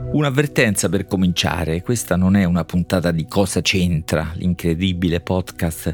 Un'avvertenza per cominciare: questa non è una puntata di Cosa c'entra, l'incredibile podcast.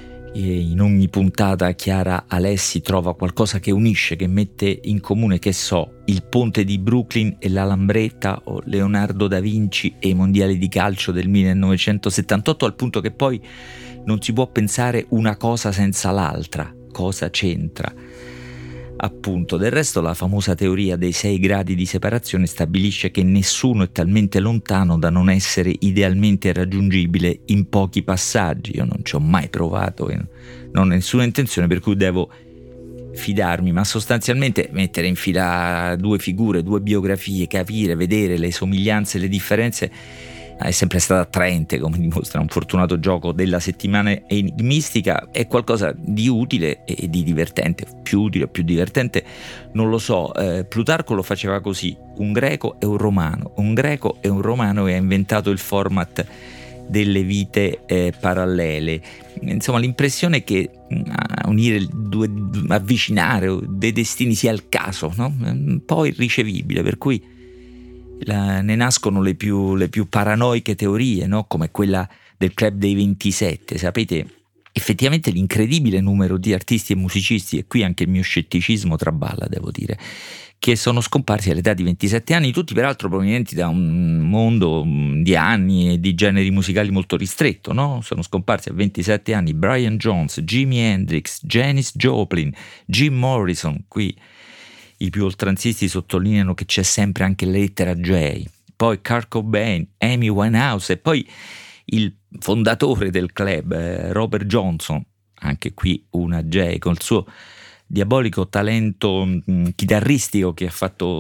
In ogni puntata Chiara Alessi trova qualcosa che unisce, che mette in comune, che so, il ponte di Brooklyn e la Lambretta, o Leonardo da Vinci e i mondiali di calcio del 1978, al punto che poi non si può pensare una cosa senza l'altra. Cosa c'entra? Appunto, del resto la famosa teoria dei 6 gradi di separazione stabilisce che nessuno è talmente lontano da non essere idealmente raggiungibile in pochi passaggi. Io non ci ho mai provato e non ho nessuna intenzione, per cui devo fidarmi, ma sostanzialmente mettere in fila 2 figure, 2 biografie, capire, vedere le somiglianze e le differenze è sempre stata attraente, come dimostra un fortunato gioco della settimana enigmistica. È qualcosa di utile e di divertente, più utile o più divertente non lo so. Plutarco lo faceva così: un greco e un romano, e ha inventato il format delle vite parallele. Insomma, l'impressione è che unire avvicinare dei destini sia il caso, no? Un po' irricevibile, per cui ne nascono le più paranoiche teorie, no? Come quella del Club dei 27. Sapete, effettivamente l'incredibile numero di artisti e musicisti, e qui anche il mio scetticismo traballa, devo dire, che sono scomparsi all'età di 27 anni, tutti peraltro provenienti da un mondo di anni e di generi musicali molto ristretto, no? Sono scomparsi a 27 anni Brian Jones, Jimi Hendrix, Janis Joplin, Jim Morrison. Qui i più oltranzisti sottolineano che c'è sempre anche la lettera J. Poi Kurt Cobain, Amy Winehouse, e poi il fondatore del club, Robert Johnson, anche qui una J, col suo diabolico talento chitarristico che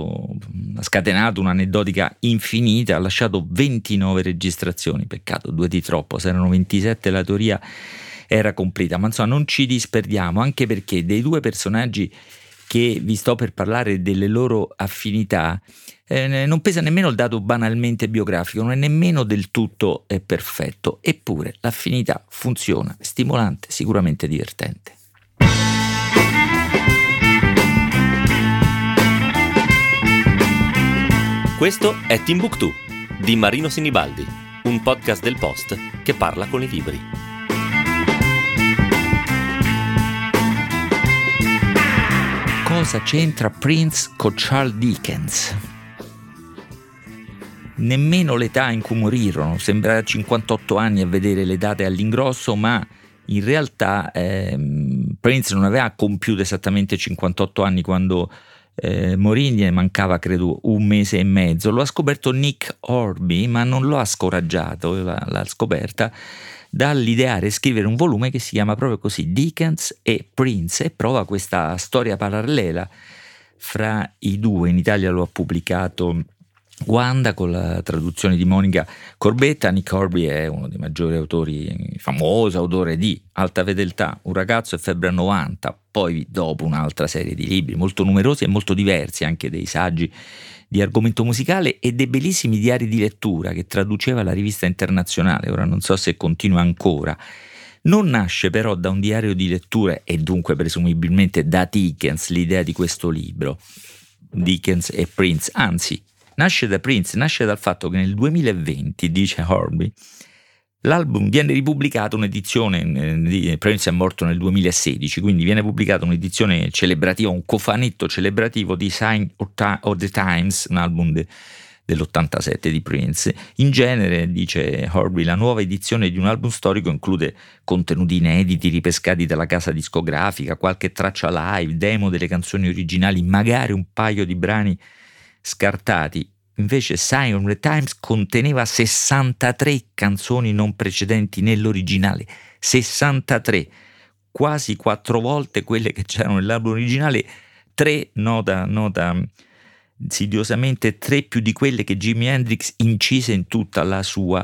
ha scatenato un'aneddotica infinita. Ha lasciato 29 registrazioni, peccato, 2 di troppo, se erano 27 la teoria era completa. Ma insomma, non ci disperdiamo, anche perché dei 2 personaggi che vi sto per parlare, delle loro affinità, non pesa nemmeno il dato banalmente biografico, non è nemmeno del tutto perfetto, eppure l'affinità funziona, stimolante, sicuramente divertente. Questo è Timbuktu di Marino Sinibaldi, un podcast del Post che parla con i libri. Cosa c'entra Prince con Charles Dickens? Nemmeno l'età in cui morirono, sembra 58 anni a vedere le date all'ingrosso, ma in realtà Prince non aveva compiuto esattamente 58 anni quando morì, ne mancava credo 1 mese e mezzo. Lo ha scoperto Nick Hornby, ma non lo ha scoraggiato, l'ha scoperta dall'ideare e scrivere un volume che si chiama proprio così, Dickens e Prince, e prova questa storia parallela fra i 2. In Italia lo ha pubblicato Wanda con la traduzione di Monica Corbetta. Nick Hornby è uno dei maggiori autori, famoso autore di Alta Fedeltà, Un ragazzo e Febbre a 90, poi dopo un'altra serie di libri molto numerosi e molto diversi, anche dei saggi di argomento musicale e dei bellissimi diari di lettura che traduceva la Rivista Internazionale. Ora non so se continua ancora. Non nasce però da un diario di lettura e dunque presumibilmente da Dickens l'idea di questo libro, Dickens e Prince, anzi nasce da Prince, nasce dal fatto che nel 2020, dice Hornby, l'album viene ripubblicato, un'edizione di Prince è morto nel 2016, quindi viene pubblicata un'edizione celebrativa, un cofanetto celebrativo di Sign of the Times, un album dell'87 di Prince. In genere, dice Hornby, la nuova edizione di un album storico include contenuti inediti ripescati dalla casa discografica, qualche traccia live, demo delle canzoni originali, magari un paio di brani scartati. Invece Sign of the Times conteneva 63 canzoni non precedenti nell'originale, 63, quasi 4 volte quelle che c'erano nell'album originale, 3, nota insidiosamente, 3 più di quelle che Jimi Hendrix incise in tutta la sua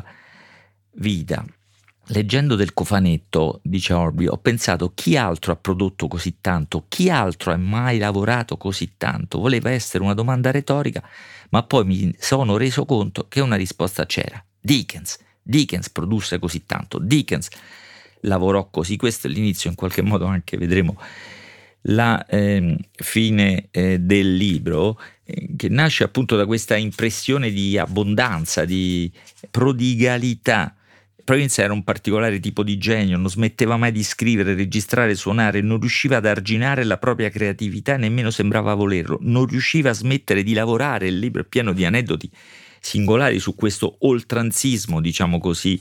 vita. Leggendo del cofanetto, dice Hornby, ho pensato: chi altro ha prodotto così tanto? Chi altro ha mai lavorato così tanto? Voleva essere una domanda retorica, ma poi mi sono reso conto che una risposta c'era. Dickens produsse così tanto, Dickens lavorò così. Questo è l'inizio, in qualche modo anche vedremo la fine del libro, che nasce appunto da questa impressione di abbondanza, di prodigalità. Prince era un particolare tipo di genio, non smetteva mai di scrivere, registrare, suonare, non riusciva ad arginare la propria creatività, nemmeno sembrava volerlo, non riusciva a smettere di lavorare. Il libro è pieno di aneddoti singolari su questo oltranzismo, diciamo così,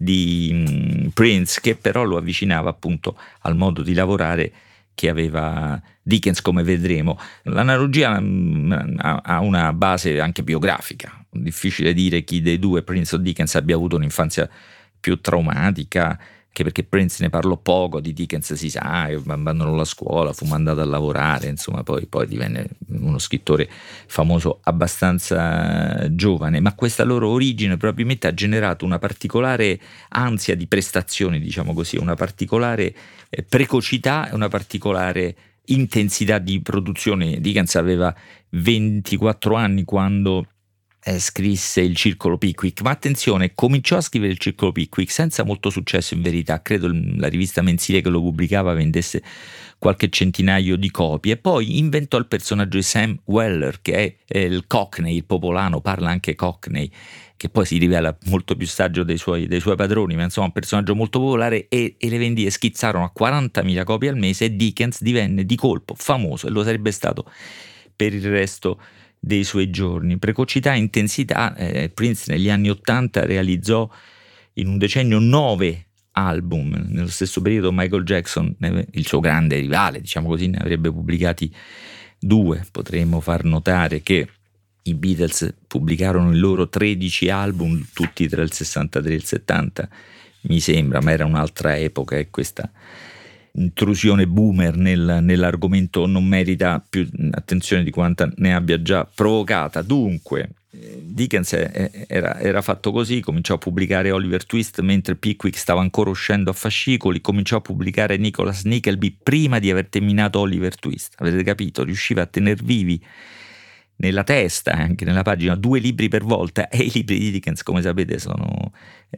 di Prince, che però lo avvicinava appunto al modo di lavorare che aveva Dickens, come vedremo. L'analogia ha una base anche biografica, difficile dire chi dei due, Prince o Dickens, abbia avuto un'infanzia più traumatica, anche perché Prince ne parlò poco, di Dickens si sa che abbandonò la scuola, fu mandato a lavorare, insomma poi divenne uno scrittore famoso abbastanza giovane, ma questa loro origine probabilmente ha generato una particolare ansia di prestazione, diciamo così, una particolare precocità e una particolare intensità di produzione. Dickens aveva 24 anni quando scrisse il Circolo Pickwick, ma attenzione, cominciò a scrivere il Circolo Pickwick senza molto successo in verità, credo la rivista mensile che lo pubblicava vendesse qualche centinaio di copie, e poi inventò il personaggio di Sam Weller, che è il Cockney, il popolano, parla anche Cockney, che poi si rivela molto più saggio dei suoi padroni, ma insomma un personaggio molto popolare, e le vendite schizzarono a 40.000 copie al mese e Dickens divenne di colpo famoso, e lo sarebbe stato per il resto dei suoi giorni. Precocità e intensità. Prince negli anni '80 realizzò in un decennio 9 album. Nello stesso periodo Michael Jackson, il suo grande rivale, diciamo così, ne avrebbe pubblicati 2. Potremmo far notare che i Beatles pubblicarono i loro 13 album, tutti tra il 63 e il 70, mi sembra, ma era un'altra epoca, e questa intrusione boomer nell'argomento non merita più attenzione di quanta ne abbia già provocata. Dunque Dickens era fatto così, cominciò a pubblicare Oliver Twist mentre Pickwick stava ancora uscendo a fascicoli, cominciò a pubblicare Nicholas Nickleby prima di aver terminato Oliver Twist, avete capito? Riusciva a tener vivi nella testa, anche nella pagina, 2 libri per volta, e i libri di Dickens, come sapete, sono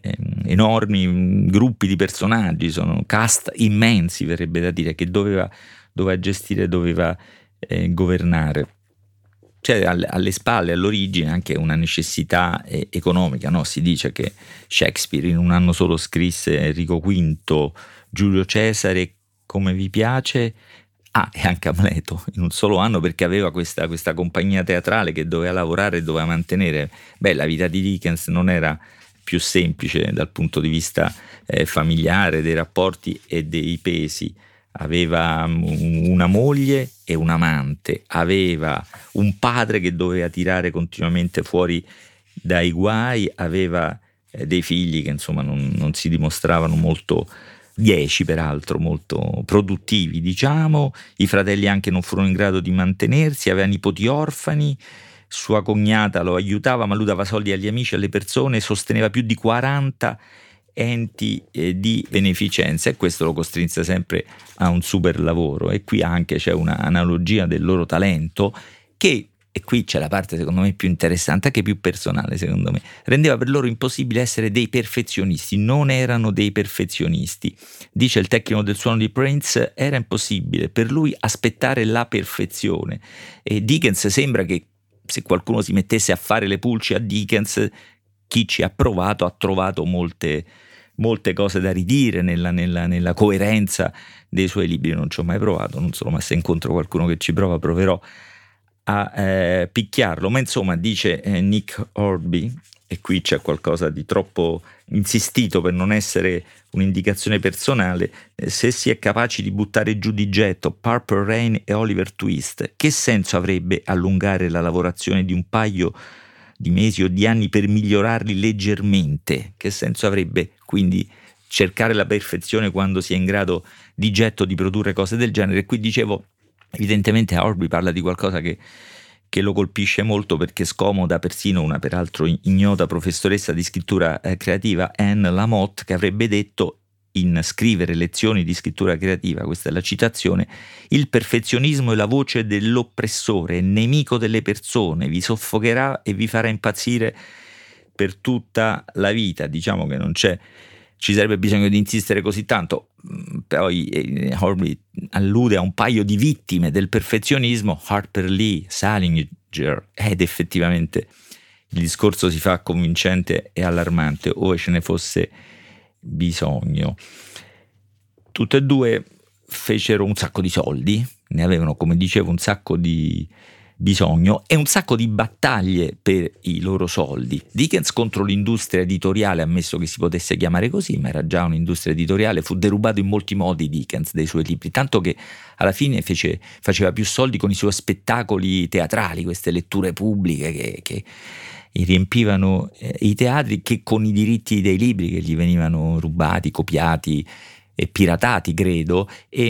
enormi gruppi di personaggi, sono cast immensi, verrebbe da dire, che doveva gestire, doveva governare. C'è alle spalle, all'origine, anche una necessità economica, no? Si dice che Shakespeare in un anno solo scrisse Enrico V, Giulio Cesare, Come vi piace, e anche Amleto in un solo anno, perché aveva questa compagnia teatrale che doveva lavorare e doveva mantenere. La vita di Dickens non era più semplice dal punto di vista familiare, dei rapporti e dei pesi. Aveva una moglie e un amante, aveva un padre che doveva tirare continuamente fuori dai guai, aveva dei figli che insomma non si dimostravano molto 10 peraltro, molto produttivi, diciamo. I fratelli anche non furono in grado di mantenersi, aveva nipoti orfani, sua cognata lo aiutava, ma lui dava soldi agli amici, alle persone, sosteneva più di 40 enti di beneficenza, e questo lo costrinse sempre a un super lavoro. E qui anche c'è una analogia del loro talento che, e qui c'è la parte secondo me più interessante, anche più personale secondo me, rendeva per loro impossibile essere dei perfezionisti, non erano dei perfezionisti. Dice il tecnico del suono di Prince, era impossibile per lui aspettare la perfezione, e Dickens sembra che se qualcuno si mettesse a fare le pulci a Dickens, chi ci ha provato ha trovato molte cose da ridire nella coerenza dei suoi libri. Non ci ho mai provato, non solo, ma se incontro qualcuno che ci prova proverò a picchiarlo. Ma insomma, dice Nick Hornby, e qui c'è qualcosa di troppo insistito per non essere un'indicazione personale, se si è capaci di buttare giù di getto Purple Rain e Oliver Twist, che senso avrebbe allungare la lavorazione di un paio di mesi o di anni per migliorarli leggermente? Che senso avrebbe quindi cercare la perfezione quando si è in grado di getto di produrre cose del genere? E qui dicevo, evidentemente Hornby parla di qualcosa che lo colpisce molto, perché scomoda persino una peraltro ignota professoressa di scrittura creativa, Anne Lamott, che avrebbe detto in Scrivere lezioni di scrittura creativa, questa è la citazione: il perfezionismo è la voce dell'oppressore, nemico delle persone, vi soffocherà e vi farà impazzire per tutta la vita. Diciamo che ci sarebbe bisogno di insistere così tanto. poi Horby allude a un paio di vittime del perfezionismo, Harper Lee, Salinger, ed effettivamente il discorso si fa convincente e allarmante, ove ce ne fosse bisogno. Tutte e due fecero un sacco di soldi, ne avevano, come dicevo, un sacco di bisogno e un sacco di battaglie per i loro soldi. Dickens contro l'industria editoriale, ammesso che si potesse chiamare così, ma era già un'industria editoriale, fu derubato in molti modi Dickens dei suoi libri, tanto che alla fine faceva più soldi con i suoi spettacoli teatrali, queste letture pubbliche che riempivano i teatri, che con i diritti dei libri che gli venivano rubati, copiati e piratati, credo,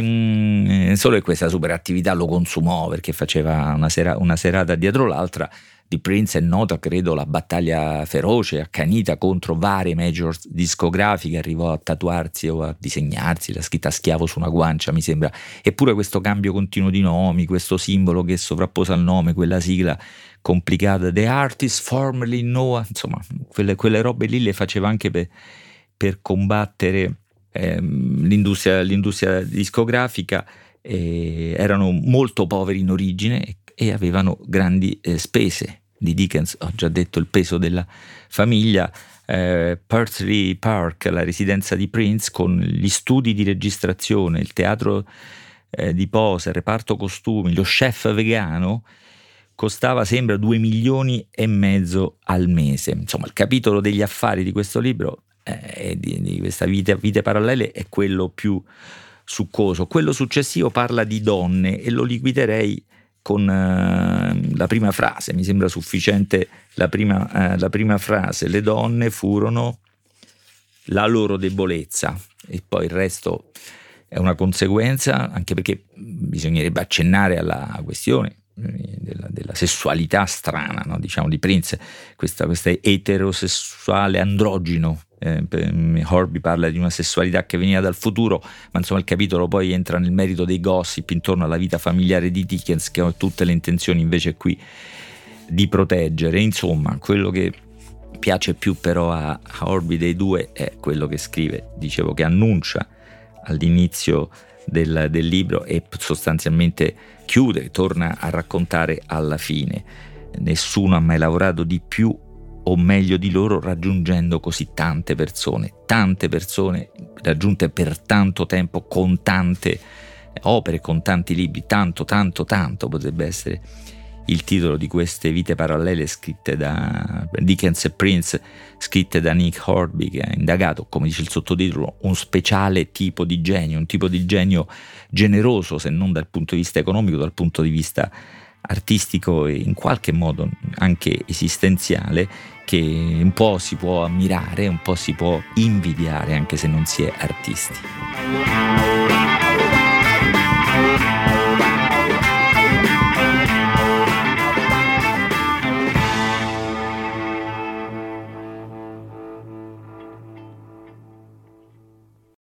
e solo che questa superattività lo consumò, perché faceva una serata dietro l'altra. Di Prince è nota, credo, la battaglia feroce, accanita contro varie major discografiche, arrivò a tatuarsi o a disegnarsi la scritta schiavo su una guancia, mi sembra. Eppure questo cambio continuo di nomi, questo simbolo che sovrappose al nome, quella sigla complicata, The Artist Formerly Known, insomma, quelle robe lì le faceva anche per combattere l'industria discografica. Erano molto poveri in origine e avevano grandi spese. Di Dickens ho già detto il peso della famiglia. Pursley Park, la residenza di Prince, con gli studi di registrazione, il teatro di posa, il reparto costumi, lo chef vegano, costava, sembra, 2,5 milioni al mese. Insomma, il capitolo degli affari di questo libro di questa vite parallele è quello più succoso. Quello successivo parla di donne e lo liquiderei con la prima frase. Mi sembra sufficiente la prima frase: le donne furono la loro debolezza, e poi il resto è una conseguenza, anche perché bisognerebbe accennare alla questione della sessualità strana, no? Diciamo, di Prince, questa eterosessuale androgino. Horby parla di una sessualità che veniva dal futuro, ma insomma il capitolo poi entra nel merito dei gossip intorno alla vita familiare di Dickens, che ha tutte le intenzioni invece qui di proteggere. Insomma, quello che piace più però a Horby dei due è quello che scrive, dicevo, che annuncia all'inizio del libro e sostanzialmente chiude, torna a raccontare alla fine. Nessuno ha mai lavorato di più o meglio di loro, raggiungendo così tante persone raggiunte per tanto tempo, con tante opere, con tanti libri. Tanto potrebbe essere il titolo di queste vite parallele scritte da Dickens e Prince, scritte da Nick Horby, che ha indagato, come dice il sottotitolo, un speciale tipo di genio, un tipo di genio generoso, se non dal punto di vista economico, dal punto di vista artistico e in qualche modo anche esistenziale, che un po' si può ammirare, un po' si può invidiare, anche se non si è artisti.